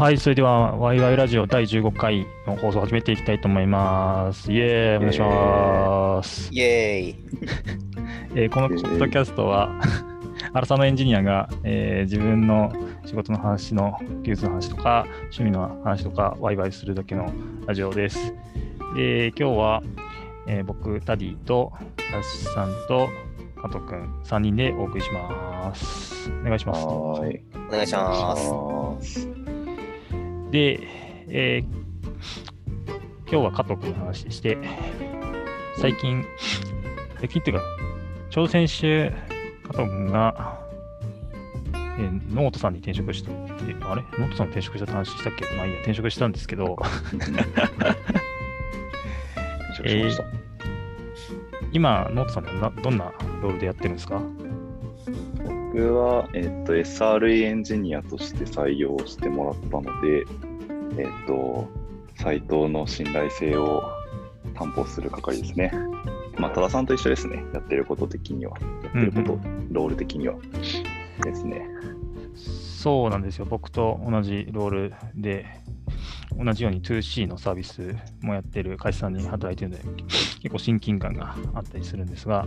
はい、それでは、ワイワイラジオ第15回の放送を始めていきたいと思います。イエーイ、お願いします。 イエーイ。 このポッドキャストは、アラサーのエンジニアが、自分の仕事の話の、技術の話とか、趣味の話とか、ワイワイするだけのラジオです。今日は、僕、タディと、タッシさんと、加藤くん、3人でお送りします。お願いします。 お願いします。 で、今日は加藤君の話して、最近っていうか、ちょうど先週、加藤君が、ノートさんに転職したって、あれノートさんに転職したって話したっけ？まあいいや、転職したんですけど、 転職しました。 今、ノートさんでどんなロールでやってるんですか？ 僕は、SRE エンジニアとして採用してもらったので、サイトの信頼性を担保する係ですね。まあ、多田さんと一緒ですね。やってること的には。ロール的にはですね。 そうなんですよ。僕と同じロールで、同じように 2C のサービスもやってる会社さんに働いてるので、結構親近感があったりするんですが、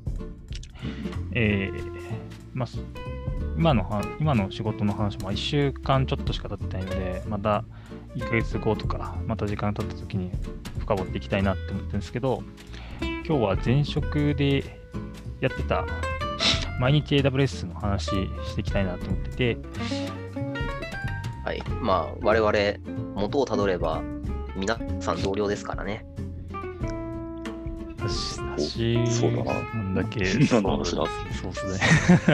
まあ、今の仕事の話も1週間ちょっとしか経ってないので、また1ヶ月後とか、また時間経った時に深掘っていきたいなって思ってるんですけど、今日は前職でやってた毎日 AWS の話していきたいなと思ってて、 はい。まあ、我々、元をたどれば、皆さん同僚ですからね。 そうだな。 なんだっけ。 今の話だ。 そうです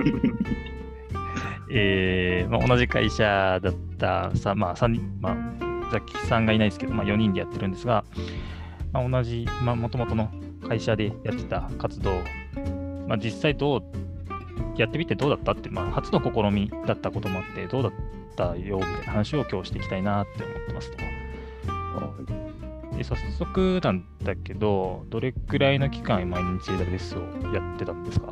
ね。まあ、同じ会社だったザキさんがいないですけど、4人でやってるんですが、同じ、元々の会社でやってた活動、実際やってみてどうだったって、初の試みだったこともあって、どうだったよみたいな話を今日していきたいなって思ってますと。で早速なんだけど、どれくらいの期間毎日 AWS をやってたんですか？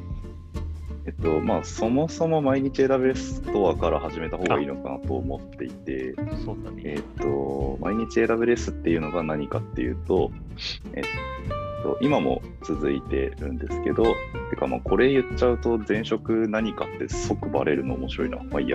そもそも毎日 AWS ストアから始めた方がいいのかなと思っていて、 そうだね。 毎日 AWS っていうのが何かっていうと、今も続いてるんですけど、これ言っちゃうと前職何かって即バレるの面白いな。まあいいや。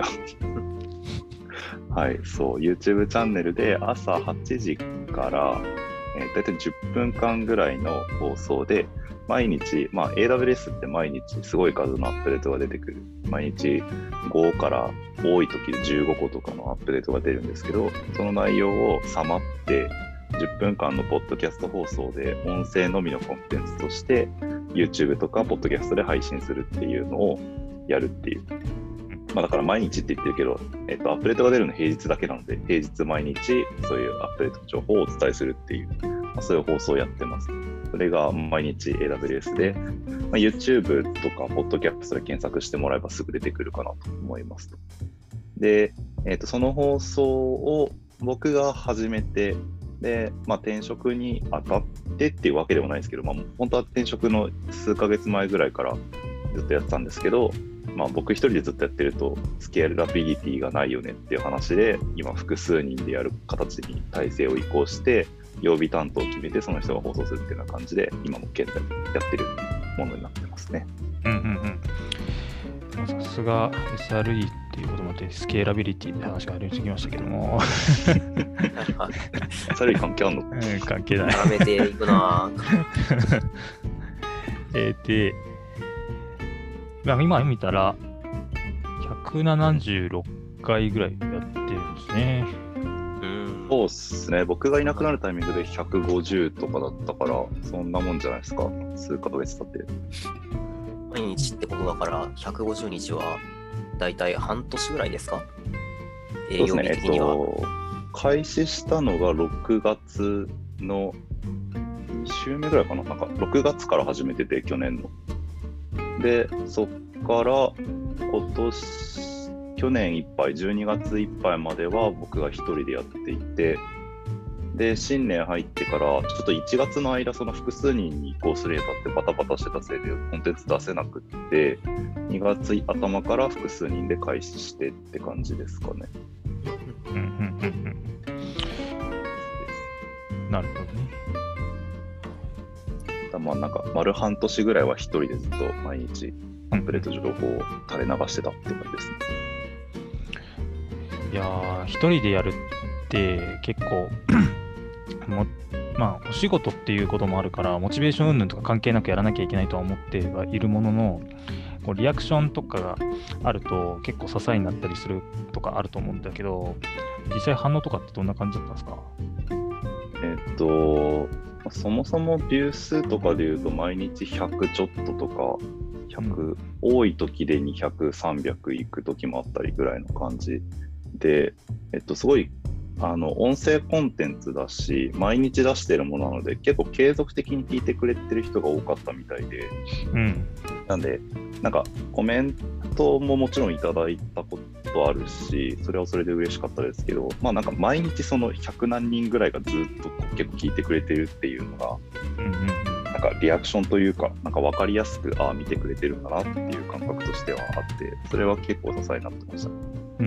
はい、そう、YouTube チャンネルで朝8時から、だいたい10分間ぐらいの放送で、毎日、AWS って毎日すごい数のアップデートが出てくる。毎日5から多い時で15個とかのアップデートが出るんですけど、その内容をさまって10分間のポッドキャスト放送で音声のみのコンテンツとして YouTube とかポッドキャストで配信するっていうのをやるっていう。だから毎日って言ってるけど、アップデートが出るの平日だけなので、平日毎日そういうアップデート情報をお伝えするっていう、そういう放送をやってます。それが毎日 AWS で、YouTube とかポッドキャストで検索してもらえばすぐ出てくるかなと思いますと。で、その放送を僕が始めて、で、転職にあたってっていうわけでもないですけど、本当は転職の数ヶ月前ぐらいからずっとやってたんですけど、僕一人でずっとやってるとスケーラビリティがないよねっていう話で、今複数人でやる形に体制を移行して曜日担当を決めてその人が放送するっていうような感じで今も現在やってるものになってますね。 さすが SRE っていうこともあってスケーラビリティって話がありましたけども SRE 関係あるの？ 関係ない。 絡めていくなで、今見たら176回ぐらいやってるんですね。 そうっすね。僕がいなくなるタイミングで150とかだったから、そんなもんじゃないですか。数ヶ月経って。 毎日ってことだから150日はだいたい半年ぐらいですか？営業日的には。 開始したのが6月の2週目ぐらいかな。6月から始めてて、去年の。で、そっから去年いっぱい、12月いっぱいまでは僕が一人でやっていて、で、新年入ってから、ちょっと1月の間、その複数人に移行するにあたってバタバタしてたせいでコンテンツ出せなくって、2月頭から複数人で開始してって感じですかね。 なるほどね。 まあなんか丸半年ぐらいは一人でずっと毎日アップデート情報を垂れ流してたっていう感じですね。 いやー、一人でやるって結構まあお仕事っていうこともあるからモチベーション云々とか関係なくやらなきゃいけないとは思ってはいるものの、こうリアクションとかがあると結構支えになったりするとかあると思うんだけど、実際反応とかってどんな感じだったんですか？ そもそもビュー数とかでいうと毎日100ちょっととか100、多い時で200、300いく時もあったりぐらいの感じで、すごい音声コンテンツだし毎日出してるものなので結構継続的に聞いてくれてる人が多かったみたいで、なんでなんかコメントももちろんいただいたことあるし、それはそれで嬉しかったですけど、まあなんか毎日その100何人ぐらいがずっと結構聞いてくれてるっていうのが、なんかリアクションというか、なんか分かりやすく見てくれてるんだなっていう感覚としてはあって、それは結構支えになってました。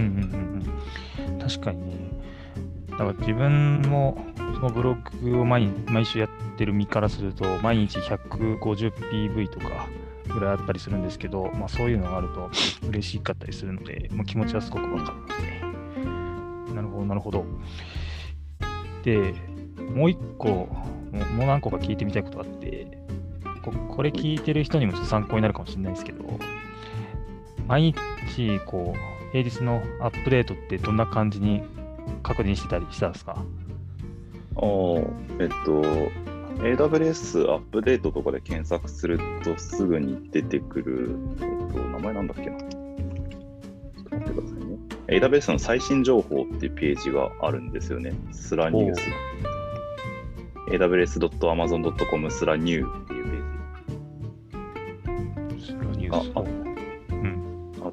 確かにね。だから自分もそのブログを毎週やってる身からすると毎日 150PV とかぐらいあったりするんですけど、まあ、そういうのがあると嬉しかったりするので、もう気持ちはすごくわかりますね。なるほど、なるほど。で、もう一個、もう何個か聞いてみたいことがあって、これ聞いてる人にもちょっと参考になるかもしれないですけど、毎日こう平日のアップデートってどんな感じに確認してたりしたんですか ？AWS アップデートとかで検索するとすぐに出てくる、名前なんだっけな。ちょっと待ってくださいね。AWS の最新情報っていうページがあるんですよね。スラニュース。aws.amazon.com スラニューっていうページ。 スラニュース。 あって、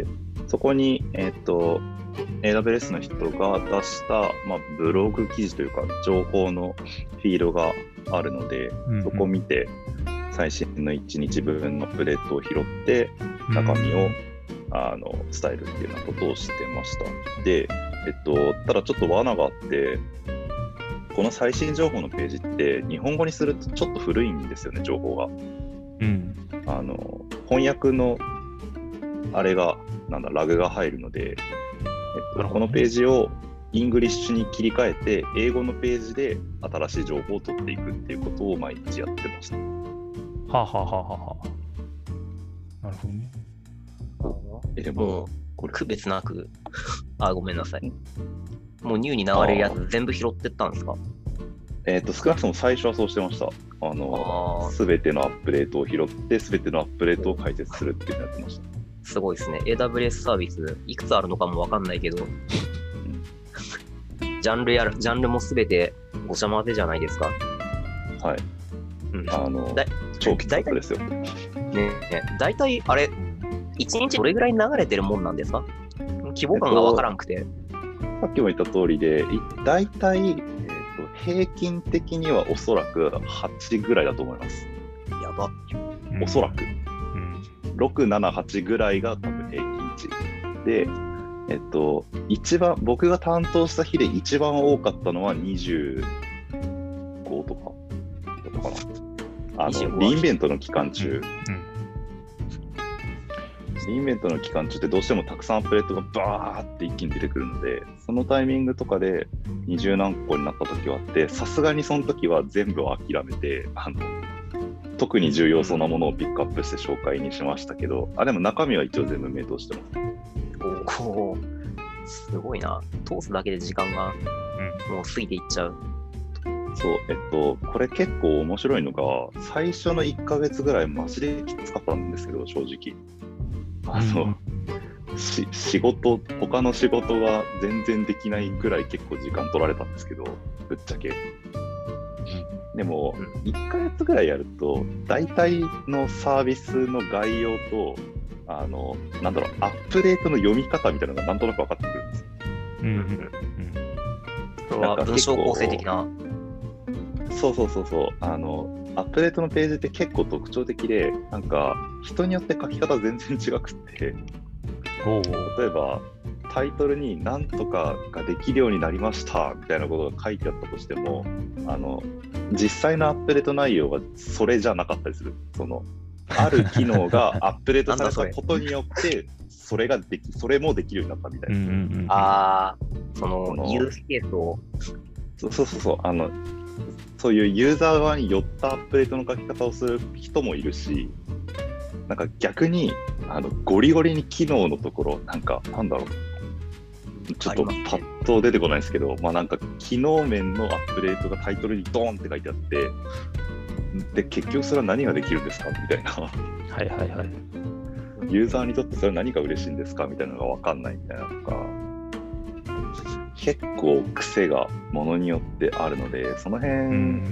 そこに、AWS の人が出した、ブログ記事というか情報のフィードがあるので、そこを見て最新の1日分のアップデートを拾って中身を、伝えるっていうようなことをしてました。で、ただちょっと罠があって、この最新情報のページって日本語にするとちょっと古いんですよね、情報が。翻訳のあれがラグが入るので、このページをイングリッシュに切り替えて英語のページで新しい情報を取っていくっていうことを毎日やってました。 なるほどね。 でもこれ区別なくごめんなさい。もうニューに流れるやつ全部拾ってったんですか？ 少なくとも最初はそうしてました。すべてのアップデートを拾ってすべてのアップデートを解説するっていうのをやってました。 すごいですね。AWS サービスいくつあるのかもわかんないけど、ジャンルもすべてごちゃ混ぜじゃないですか。 はい。超きつかったですよ。 だいたいあれ1日どれぐらい流れてるもんなんですか？規模感がわからんくて。 さっきも言った通りで、だいたい平均的にはおそらく8ぐらいだと思います。 やば。 おそらく。6、7、8ぐらいが多分平均値で、一番僕が担当した日で一番多かったのは25とかだったかな。リインベントの期間中、リインベントの期間中ってどうしてもたくさんアップデートがバーって一気に出てくるので、そのタイミングとかで20何個になった時はあって、さすがにその時は全部を諦めて特に重要そうなものをピックアップして紹介にしましたけど、でも中身は一応全部目通してます。 すごいな。通すだけで時間がもう過ぎていっちゃう。 そう、これ結構面白いのが、最初の1ヶ月ぐらいマジできつかったんですけど、正直。他の仕事が全然できないぐらい結構時間取られたんですけど、ぶっちゃけ。でも、1ヶ月ぐらいやると、大体のサービスの概要と、アップデートの読み方みたいなのがなんとなく分かってくるんですよ。 それは文章構成的な。 そう。アップデートのページって結構特徴的で、人によって書き方全然違くって、例えば、 タイトルになんとかができるようになりましたみたいなことが書いてあったとしても、実際のアップデート内容はそれじゃなかったりする。ある機能がアップデートされたことによってそれもできるようになったみたいな。 そのユースケースを。 そういうユーザー側に寄ったアップデートの書き方をする人もいるし、なんか逆にゴリゴリに機能のところ、なんだろう、ちょっとパッと出てこないですけど、なんか機能面のアップデートがタイトルにドーンって書いてあって、で結局それは何ができるんですかみたいな。 はいはいはい。 ユーザーにとってそれは何が嬉しいんですかみたいなのが分かんないみたいなとか、結構癖がものによってあるので、その辺、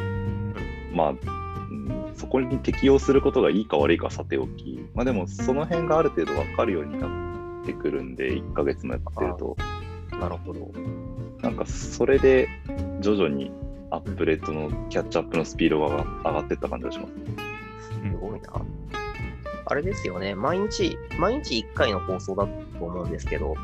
そこに適用することがいいか悪いかさておき、でもその辺がある程度分かるようになってくるんで、1ヶ月もやってると。 なるほど。 なんかそれで徐々にアップデートのキャッチアップのスピードが上がっていった感じがします。 すごいな。あれですよね、毎日1回の放送だと思うんですけど、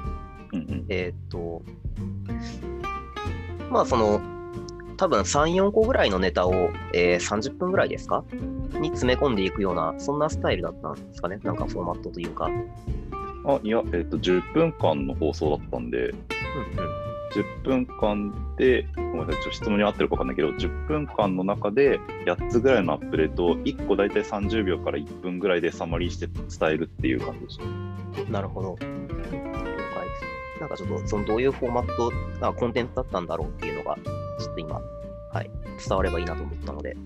多分3、4個ぐらいのネタを、30分ぐらいですかに詰め込んでいくような、そんなスタイルだったんですかね、なんかフォーマットというか。 いや、10分間の放送だったんで、10分間で、ごめんなさい、ちょっと質問に合ってるか分かんないけど、10分間の中で8つぐらいのアップデートを1個大体30秒から1分ぐらいでサマリーして伝えるっていう感じでした。 なるほど。了解です。なんかちょっと、どういうフォーマット、コンテンツだったんだろうっていうのが、ちょっと今、伝わればいいなと思ったので。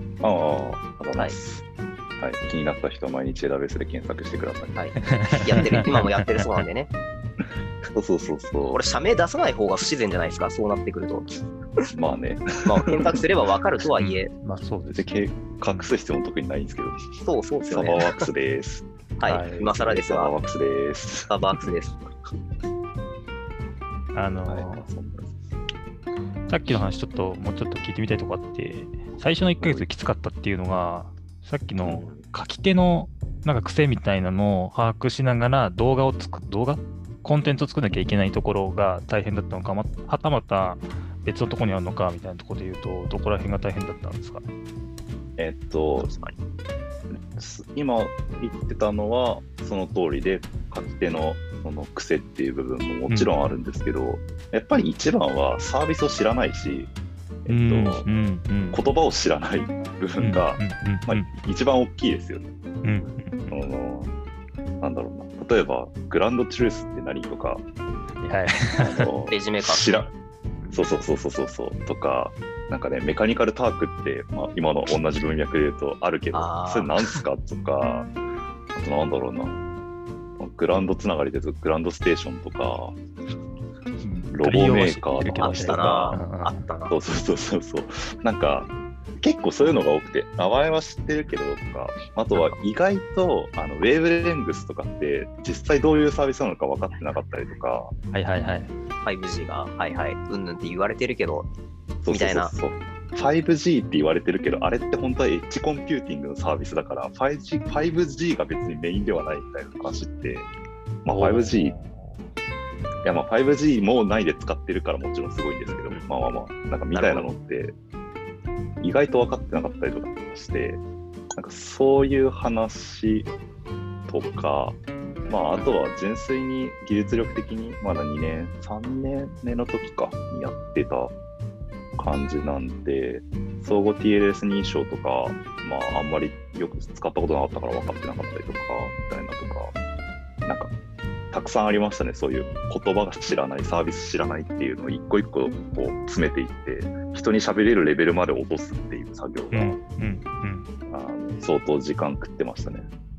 気になった人は毎日エラベースで検索してください。 今もやってるそうなんでね。 そう。 これ、社名出さない方が不自然じゃないですか、そうなってくると。 まあね。 検索すれば分かるとはいえ。 そうです。 隠す必要も特にないんですけど。そうですよね。 サバーワークスです。 今更ですが。 サバーワークスです。 サバーワークスです。 さっきの話もうちょっと聞いてみたいとこあって、最初の1ヶ月きつかったっていうのが、さっきの書き手のなんか癖みたいなのを把握しながらコンテンツを作らなきゃいけないところが大変だったのか、はたまた別のところにあるのかみたいなところで言うと、どこら辺が大変だったんですか？ 今言ってたのはその通りで、書き手のその癖っていう部分ももちろんあるんですけど、やっぱり一番はサービスを知らないし、言葉を知らない部分が一番大きいですよね。なんだろうな、例えばグランドトゥルースって何とか、 ページメーカーそうとか、なんかね、メカニカルタークって、今の同じ文脈で言うとあるけど、それなんすかとか、あとなんだろうな、グランドつながりでグランドステーションとか、ロボメーカーとかあったな。 そう。なんか、結構そういうのが多くて、名前は知ってるけどとか、あとは意外とウェーブレングスとかって実際どういうサービスなのか分かってなかったりとか、 5G がうんぬんって言われてるけど、みたいな。 5G って言われてるけど、あれって本当はエッジコンピューティングのサービスだから、5G が別にメインではないみたいな話って、5G も内で使ってるからもちろんすごいんですけど、なんかみたいなのって意外と分かってなかったりとかして、なんかそういう話とか、あとは純粋に技術力的にまだ2年、3年目の時かにやってた感じなんで、相互 TLS 認証とか、あんまりよく使ったことなかったから分かってなかったりとか、みたいなとか、なんかたくさんありましたね。そういう言葉が知らない、サービス知らないっていうのを一個一個こう詰めていって、人に喋れるレベルまで落とすっていう作業が、相当時間食ってましたね。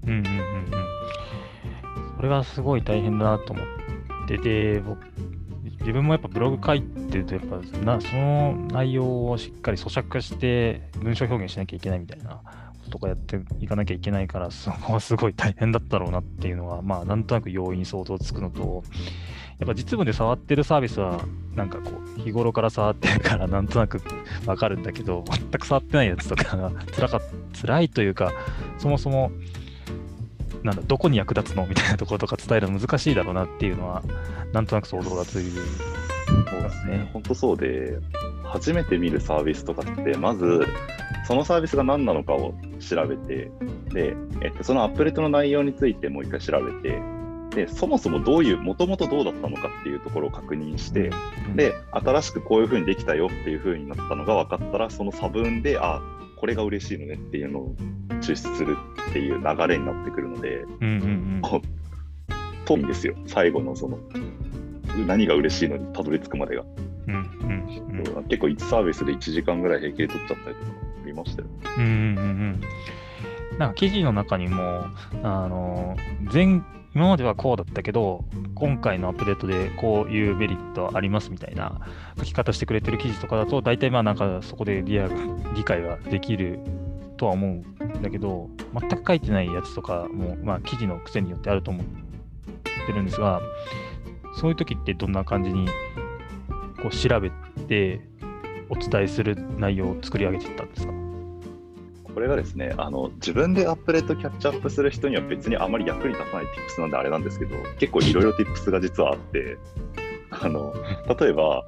それはすごい大変だなと思ってて、自分もやっぱブログ書いてると、やっぱその内容をしっかり咀嚼して文章表現しなきゃいけないみたいなこととかやっていかなきゃいけないから、そこはすごい大変だったろうなっていうのは、なんとなく容易に想像つくのと、やっぱ実務で触ってるサービスはなんかこう日頃から触ってるからなんとなくわかるんだけど、全く触ってないやつとかが辛いというか、そもそもなんだ、どこに役立つのみたいなところとか伝えるの難しいだろうなっていうのは、なんとなく想像がついてそうですね、本当そうで、初めて見るサービスとかって、まず、そのサービスが何なのかを調べて、で、そのアップデートの内容についてもう一回調べて、で、そもそももともとどうだったのかっていうところを確認して、で、新しくこういう風にできたよっていう風になったのが分かったら、その差分で、これが嬉しいのねっていうのを抽出するっていう流れになってくるので、遠いんですよ、最後のその、何が嬉しいのにたどり着くまでが。結構1サービスで1時間ぐらい平気で取っちゃったりとかありましたよ。 なんか記事の中にも、今まではこうだったけど、今回のアップデートでこういうメリットありますみたいな書き方してくれてる記事とかだと、大体まあなんかそこで理解ができるとは思うんだけど、全く書いてないやつとかも、まあ記事の癖によってあると思ってるんですが、そういう時ってどんな感じにこう調べてお伝えする内容を作り上げていったんですか？ これがですね、自分でアップデートキャッチアップする人には別にあまり役に立たない Tips なんであれなんですけど、結構いろいろ Tips が実はあって、例えば、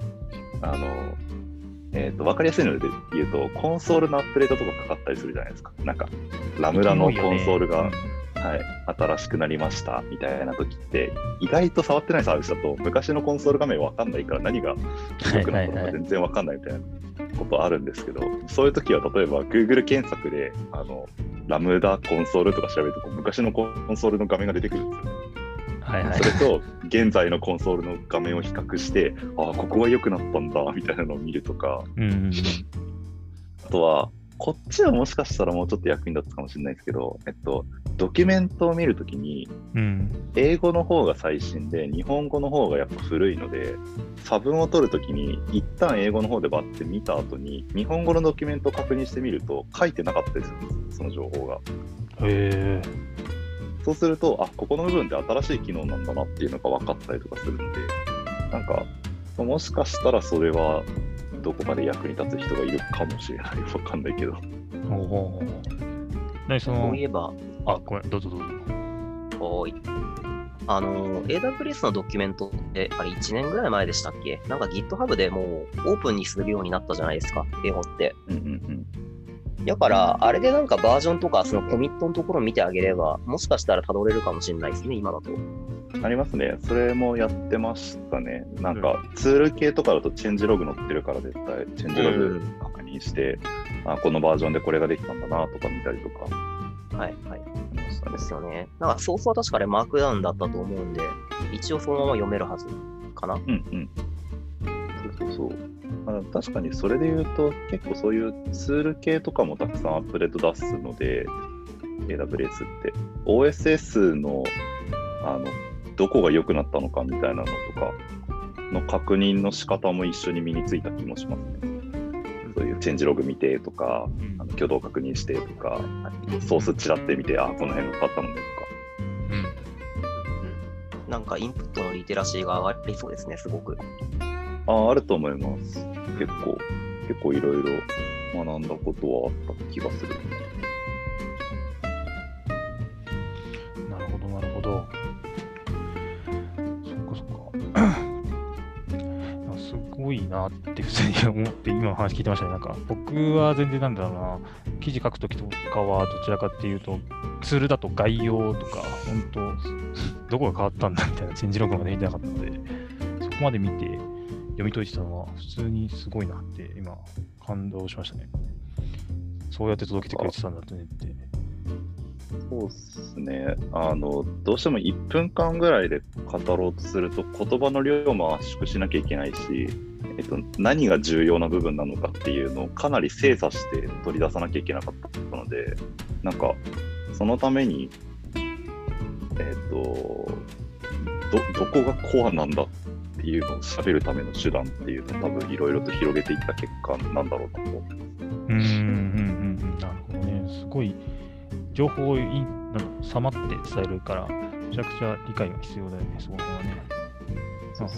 分かりやすいので言うと、コンソールのアップデートとかかかったりするじゃないですか。なんか、ラムダのコンソールが、新しくなりましたみたいな時って、意外と触ってないサービスだと、昔のコンソール画面わかんないから何が良くなったのか全然わかんないみたいなことあるんですけど、そういう時は例えば Google 検索でラムダコンソールとか調べると昔のコンソールの画面が出てくるんですよ。それと現在のコンソールの画面を比較して、ここが良くなったんだみたいなのを見るとか、あとはこっちはもしかしたらもうちょっと役に立つかもしれないですけど、ドキュメントを見るときに、英語の方が最新で、日本語の方がやっぱ古いので、差分を取るときに、一旦英語の方でバッて見た後に、日本語のドキュメントを確認してみると、書いてなかったりするんです、その情報が。そうすると、ここの部分って新しい機能なんだなっていうのが分かったりとかするので、なんか、もしかしたらそれは、どこかで役に立つ人がいるかもしれない。わかんないけど。 そういえば、 ごめん、どうぞ。 AWS のドキュメントって、あれ1年ぐらい前でしたっけ？なんか GitHub でもうオープンにするようになったじゃないですか、英語って。だから、あれでなんかバージョンとか、そのコミットのところを見てあげれば、もしかしたらたどれるかもしれないですね、今だと。 ありますね。それもやってましたね。なんか、ツール系とかだとチェンジログ載ってるから絶対、チェンジログ確認して、このバージョンでこれができたんだなとか見たりとか。 そうですよね。なんか、ソースは確かあれマークダウンだったと思うんで、一応そのまま読めるはずかな。 そう。確かにそれで言うと、結構そういうツール系とかもたくさんアップデート出すので、AWS って。OSS の、どこが良くなったのかみたいなのとかの確認の仕方も一緒に身についた気もしますね。そういうチェンジログ見てとか、挙動確認してとか、ソースちらってみて、この辺が変わったのねとか。 なんかインプットのリテラシーが上がりそうですね、すごく。 あると思います。結構いろいろ学んだことはあった気がする。 なるほど。そっか。すごいなって普通に思って今の話聞いてましたね。なんか僕は全然記事書くときとかはどちらかっていうと、ツールだと概要とか、本当どこが変わったんだみたいなチェンジログまで見てなかったので、そこまで見て読み解いてたのは普通にすごいなって今感動しましたね。そうやって届けてくれてたんだねって。 そうですね。どうしても1分間ぐらいで語ろうとすると言葉の量も圧縮しなきゃいけないし、何が重要な部分なのかっていうのをかなり精査して取り出さなきゃいけなかったので、なんかそのために、どこがコアなんだっていうのを喋るための手段っていうのを多分いろいろと広げていった結果なんだろうなと思ってます。 なるほどね。すごい情報をさまって伝えるからめちゃくちゃ理解が必要だよね、そこはね。 そう。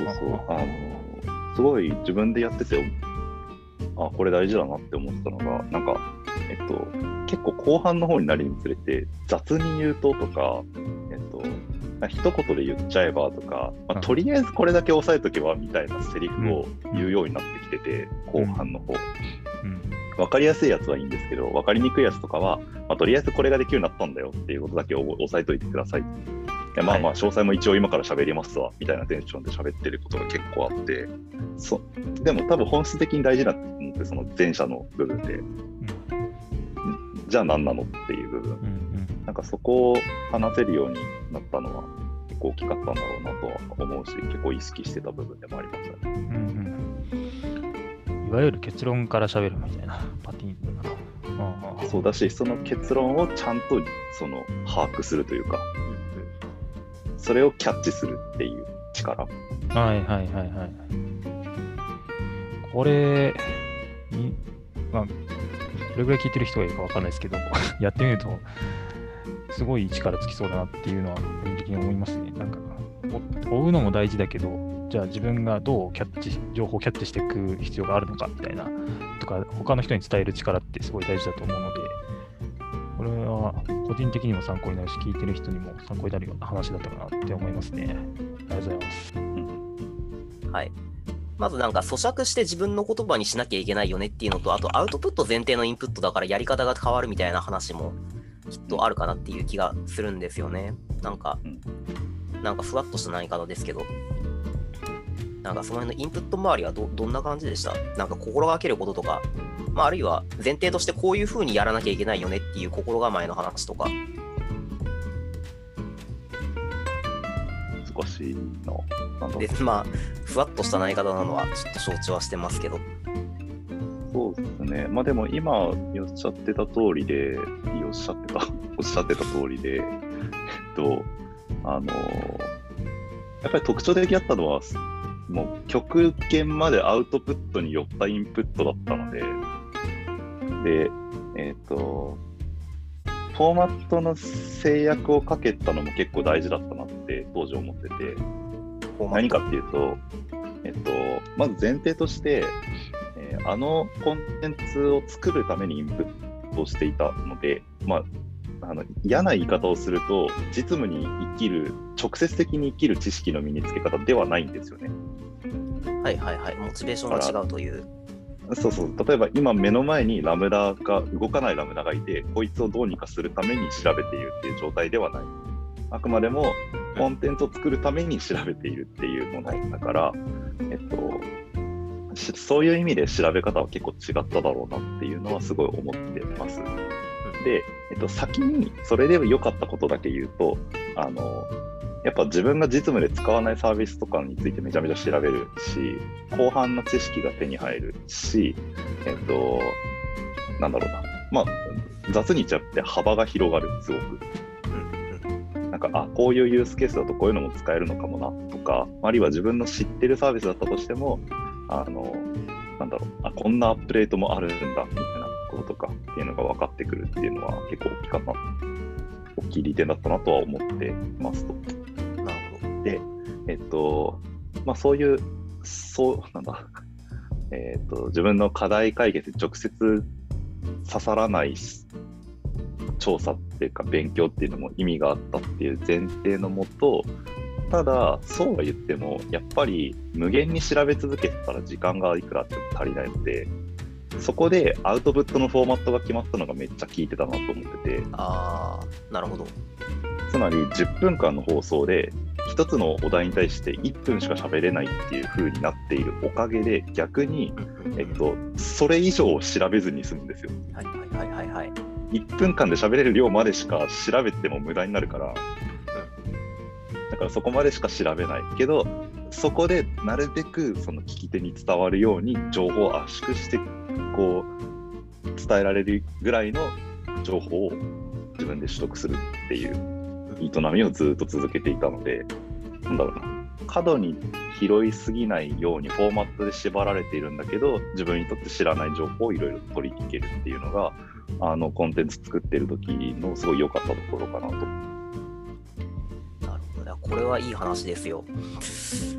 すごい自分でやってて、これ大事だなって思ったのが、なんか結構後半の方になるにつれて、雑に言うととか、一言で言っちゃえばとか、とりあえずこれだけ押さえとけばみたいなセリフを言うようになってきてて、後半の方。分かりやすいやつはいいんですけど、分かりにくいやつとかは、とりあえずこれができるようになったんだよっていうことだけ押さえといてください。詳細も一応今から喋りますわみたいなテンションで喋ってることが結構あって、でも多分本質的に大事なのってその前者の部分で、じゃあ何なのっていう部分、なんかそこを話せるようになったのは結構大きかったんだろうなとは思うし、結構意識してた部分でもありましたね。 いわゆる結論から喋るみたいなパティーンだな。 そうだし、その結論をちゃんと把握するというか、それをキャッチするっていう力。 これに、どれぐらい聞いてる人がいるかわかんないですけど、やってみると、すごい力つきそうだなっていうのは、個人的に思いますね。なんか、追うのも大事だけど、じゃあ自分がどう情報をキャッチしていく必要があるのかみたいな、とか、他の人に伝える力ってすごい大事だと思うので、これは個人的にも参考になるし、聞いてる人にも参考になるような話だったかなって思いますね。ありがとうございます。 はい。まずなんか咀嚼して自分の言葉にしなきゃいけないよねっていうのと、あとアウトプット前提のインプットだからやり方が変わるみたいな話もきっとあるかなっていう気がするんですよね。なんかふわっとした何方ですけど、なんかその辺のインプット周りはどんな感じでした？なんか心がけることとか、あるいは前提としてこういう風にやらなきゃいけないよねっていう心構えの話とか。 難しいの。 で、ふわっとした内方なのはちょっと承知はしてますけど。 そうですね。でも今おっしゃってた通りで、やっぱり特徴的だったのは、もう極限までアウトプットに寄ったインプットだったので、フォーマットの制約をかけたのも結構大事だったなって当時思ってて、何かっていうと、まず前提として、コンテンツを作るためにインプットをしていたので、嫌な言い方をすると、実務に直接的に生きる知識の身につけ方ではないんですよね。モチベーションが違うという。そう、例えば今目の前に動かないラムダがいて、こいつをどうにかするために調べているっていう状態ではない。あくまでもコンテンツを作るために調べているっていうものだから、そういう意味で調べ方は結構違っただろうなっていうのはすごい思ってます。で、先にそれで良かったことだけ言うと、やっぱ自分が実務で使わないサービスとかについてめちゃめちゃ調べるし、広範な知識が手に入るし、雑に言っちゃって幅が広がる、すごく。こういうユースケースだとこういうのも使えるのかもなとか、あるいは自分の知ってるサービスだったとしても、こんなアップデートもあるんだみたいなこととかっていうのが分かってくるっていうのは結構大きい利点だったなとは思ってますと。 なるほど。 で、自分の課題解決に直接刺さらない調査っていうか勉強っていうのも意味があったっていう前提のもと、ただそうは言ってもやっぱり無限に調べ続けてたら時間がいくらあっても足りないので、そこでアウトプットのフォーマットが決まったのがめっちゃ効いてたなと思ってて。 なるほど。 つまり10分間の放送で1つのお題に対して1分しか喋れないっていう風になっているおかげで、逆に、それ以上調べずに済むんですよ。1分間で喋れる量までしか調べても無駄になるから、だからそこまでしか調べないけど、そこでなるべくその聞き手に伝わるように情報を圧縮してこう伝えられるぐらいの情報を自分で取得するっていう営みをずっと続けていたので、過度に拾いすぎないようにフォーマットで縛られているんだけど、自分にとって知らない情報をいろいろ取りに行けるっていうのがコンテンツ作ってる時のすごい良かったところかなと。 なるほど、これはいい話ですよ。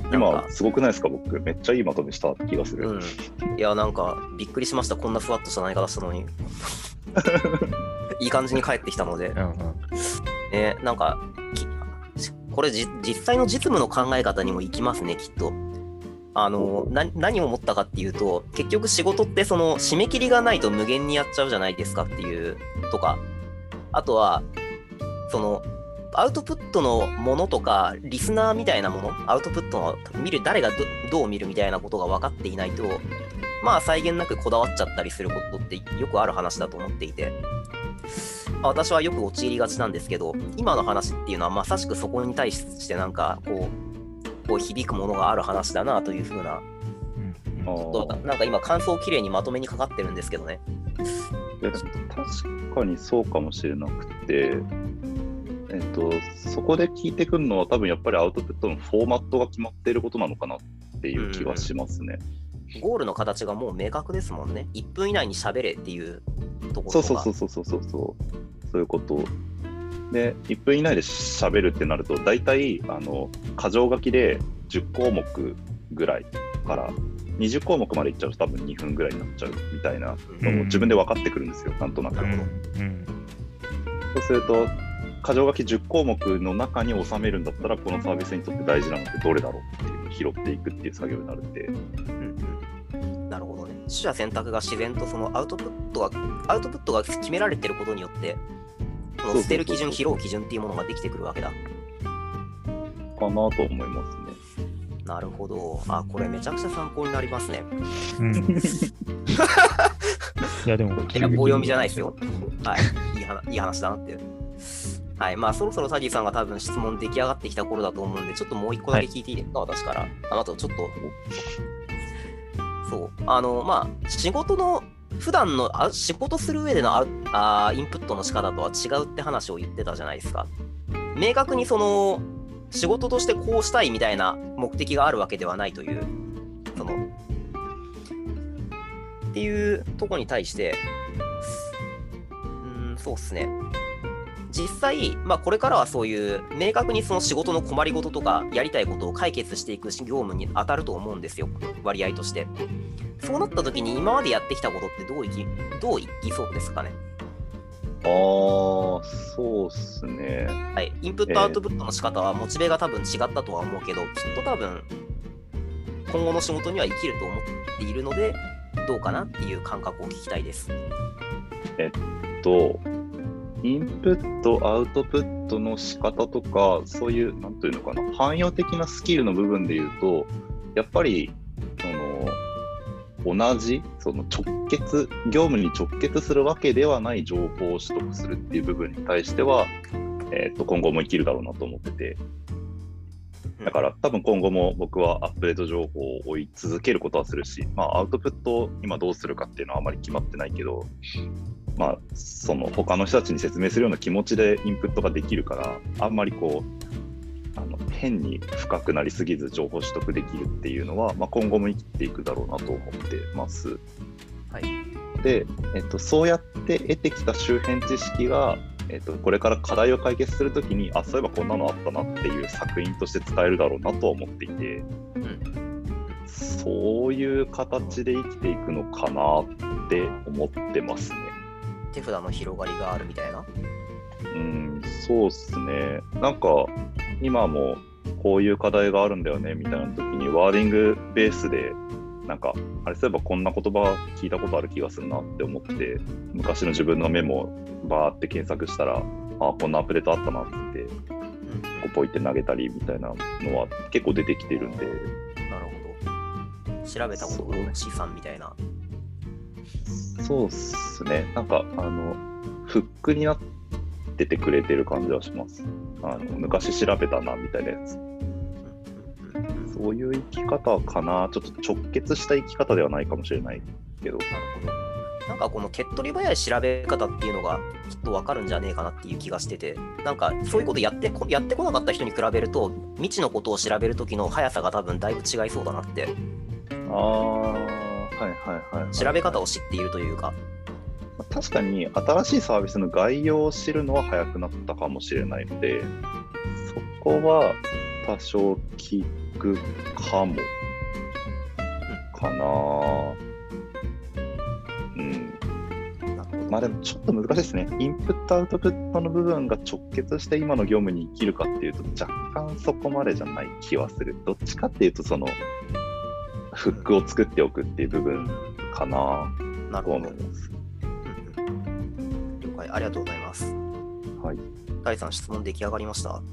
今、すごくないですか？僕、めっちゃいいまとめした気がする。 いや、なんか、びっくりしました。こんなふわっとした内容したのに。いい感じに返ってきたので。なんか、これ実際の実務の考え方にもいきますね、きっと。何を思ったかっていうと、結局仕事ってその締め切りがないと無限にやっちゃうじゃないですかっていうとか、あとは、その、アウトプットのものとか、リスナーみたいなもの、アウトプットの誰がどう見るみたいなことが分かっていないと、まあ際限なくこだわっちゃったりすることってよくある話だと思っていて、私はよく陥りがちなんですけど、今の話っていうのはまさしくそこに対してなんかこう響くものがある話だなというふうな、ちょっとなんか今感想をきれいにまとめにかかってるんですけどね。 いや確かにそうかもしれなくて、そこで聞いてくるのは多分やっぱりアウトプットのフォーマットが決まっていることなのかなっていう気はしますね。 ゴールの形がもう明確ですもんね。1分以内に喋れっていうところとか。 そういうこと。で、1分以内で喋るってなると、大体、箇条書きで10項目ぐらいから20項目までいっちゃうと多分2分ぐらいになっちゃうみたいなのも自分で分かってくるんですよ、なんとなく。そうすると、箇条書き10項目の中に収めるんだったら、このサービスにとって大事なのってどれだろうっていうのを拾っていくっていう作業になるんで。 なるほどね。取捨選択が自然とそのアウトプットが決められてることによって、その捨てる基準、拾う基準っていうものができてくるわけだ。 かなと思いますね。 なるほど。これめちゃくちゃ参考になりますね。 いやでも、 棒読みじゃないですよ。はい。いい話だなって。はい。まあそろそろサギーさんが多分質問出来上がってきた頃だと思うんで、ちょっともう一個だけ聞いていいですか、私から。あとちょっと。そう。まあ、普段の仕事する上でのインプットの仕方とは違うって話を言ってたじゃないですか。明確にその仕事としてこうしたいみたいな目的があるわけではないというっていうところに対してそうっすね。実際、まあ、これからはそういう明確にその仕事の困りごととかやりたいことを解決していく業務に当たると思うんですよ、割合として。そうなった時に今までやってきたことってどういきそうですかね。 そうっすね。 はい。インプットアウトプットの仕方はモチベが多分違ったとは思うけど、きっと多分今後の仕事には生きると思っているので、どうかなっていう感覚を聞きたいです。 インプット、アウトプットの仕方とか、そういう、なんというのかな、汎用的なスキルの部分で言うと、やっぱり、同じ、業務に直結するわけではない情報を取得するっていう部分に対しては、今後も生きるだろうなと思ってて、だから多分今後も僕はアップデート情報を追い続けることはするし、アウトプットを今どうするかっていうのはあまり決まってないけど、その他の人たちに説明するような気持ちでインプットができるから、あんまり変に深くなりすぎず情報取得できるっていうのは、今後も生きていくだろうなと思ってます。 はい。 で、そうやって得てきた周辺知識が、これから課題を解決するときに、そういえばこんなのあったなっていう作品として使えるだろうなとは思っていて、そういう形で生きていくのかなって思ってますね。 手札の広がりがあるみたいな。 そうっすね。なんか今もこういう課題があるんだよねみたいな時にワーディングベースでなんかそういえばこんな言葉聞いたことある気がするなって思って昔の自分のメモをバーって検索したらこんなアップデートあったなってポイって投げたりみたいなのは結構出てきてるんで。 なるほど。調べたことの資産みたいな。 そうっすね。なんかフックになっててくれてる感じはします。昔調べたなみたいなやつ。そういう生き方かな。ちょっと直結した生き方ではないかもしれないけど。 なるほど。なんかこの手っ取り早い調べ方っていうのがきっと分かるんじゃねえかなっていう気がしてて、なんかそういうことやってこなかった人に比べると未知のことを調べる時の速さが多分だいぶ違いそうだなって。調べ方を知っているというか。 確かに新しいサービスの概要を知るのは早くなったかもしれないので、そこは多少キッくかも。かな。うん。まあでもちょっと難しいですね。インプットアウトプットの部分が直結して今の業務に生きるかっていうと若干そこまでじゃない気はする。どっちかっていうとそのフックを作っておくっていう部分かなと思います。 了解、ありがとうございます。はい。タイさん、質問出来上がりました？ はい。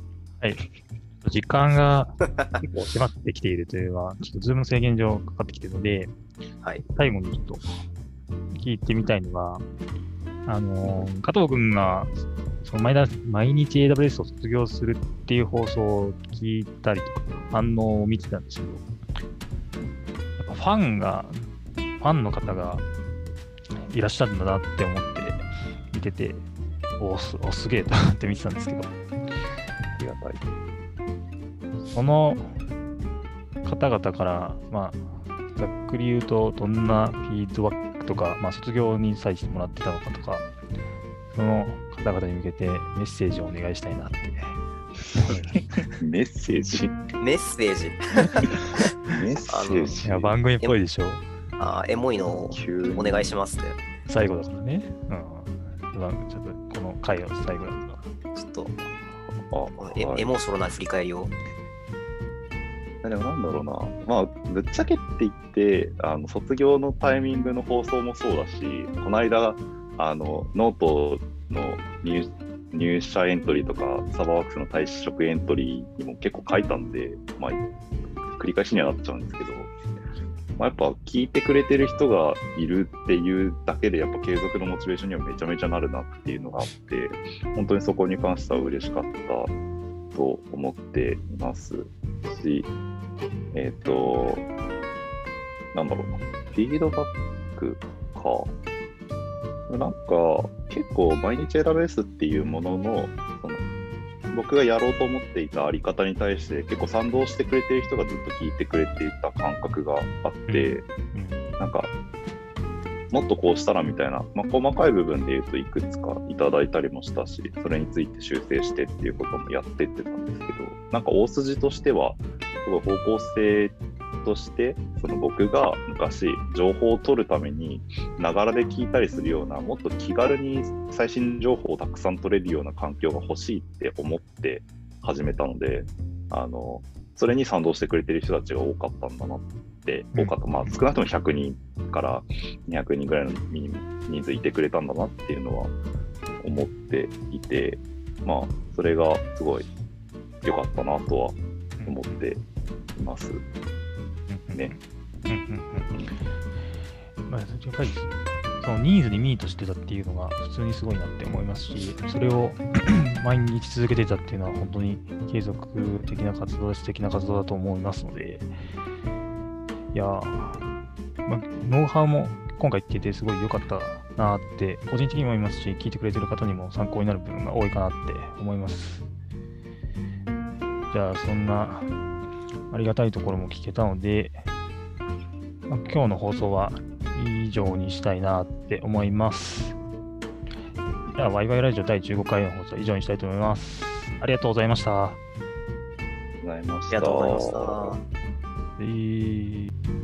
時間が結構迫ってきているというのは、ちょっとズームの制限上かかってきているので、 はい、 最後にちょっと聞いてみたいのが、加藤君がその毎日 AWS を卒業するっていう放送を聞いたりとか、反応を見てたんですけど、やっぱファンの方がいらっしゃるんだなって思って見てて、すげえと思って見てたんですけど、 ありがたい。 その方々から、まあ、ざっくり言うと、どんなフィードバックとか、まあ、卒業に際してもらってたのかとか、その方々に向けてメッセージをお願いしたいなって。 メッセージメッセージメッセージいや番組っぽいでしょ。 エモいのをお願いしますって。 最後だからね。うん。ちょっとこの回を最後だから。 ちょっと、エモーショナルな振り返りを。 でもなんだろうな、まあ、ぶっちゃけって言って、卒業のタイミングの放送もそうだし、この間、ノートの入社エントリーとか、サバーワークスの退職エントリーにも結構書いたんで、まあ、繰り返しにはなっちゃうんですけど、まあ、やっぱ聞いてくれてる人がいるっていうだけで、やっぱ継続のモチベーションにはめちゃめちゃなるなっていうのがあって、本当にそこに関しては嬉しかったと思っていますし、なんだろうな、フィードバックか。なんか、結構毎日AWSっていうものの、僕がやろうと思っていたあり方に対して結構賛同してくれてる人がずっと聞いてくれていた感覚があって、なんか、もっとこうしたらみたいな、まあ、細かい部分で言うといくつかいただいたりもしたし、それについて修正してっていうこともやってってたんですけど、なんか大筋としては、すごい方向性として、その僕が昔情報を取るためにながらで聞いたりするような、もっと気軽に最新情報をたくさん取れるような環境が欲しいって思って始めたので、それに賛同してくれてる人たちが多かったんだなって、まあ少なくとも100人から200人ぐらいの人数いてくれたんだなっていうのは思っていて、まあそれがすごい良かったなとは思っています。ね。 まあ、やっぱりそのニーズにミートしてたっていうのが普通にすごいなって思いますし、それを毎日続けてたっていうのは本当に継続的な活動で素敵な活動だと思いますので、いやー、まあ、ノウハウも今回聞けてすごい良かったなって個人的にも思いますし、聞いてくれてる方にも参考になる部分が多いかなって思います。じゃあそんなありがたいところも聞けたので、まあ、今日の放送は以上にしたいなって思います。じゃあワイワイラジオ第15回の放送は以上にしたいと思います。ありがとうございました。 ありがとうございました。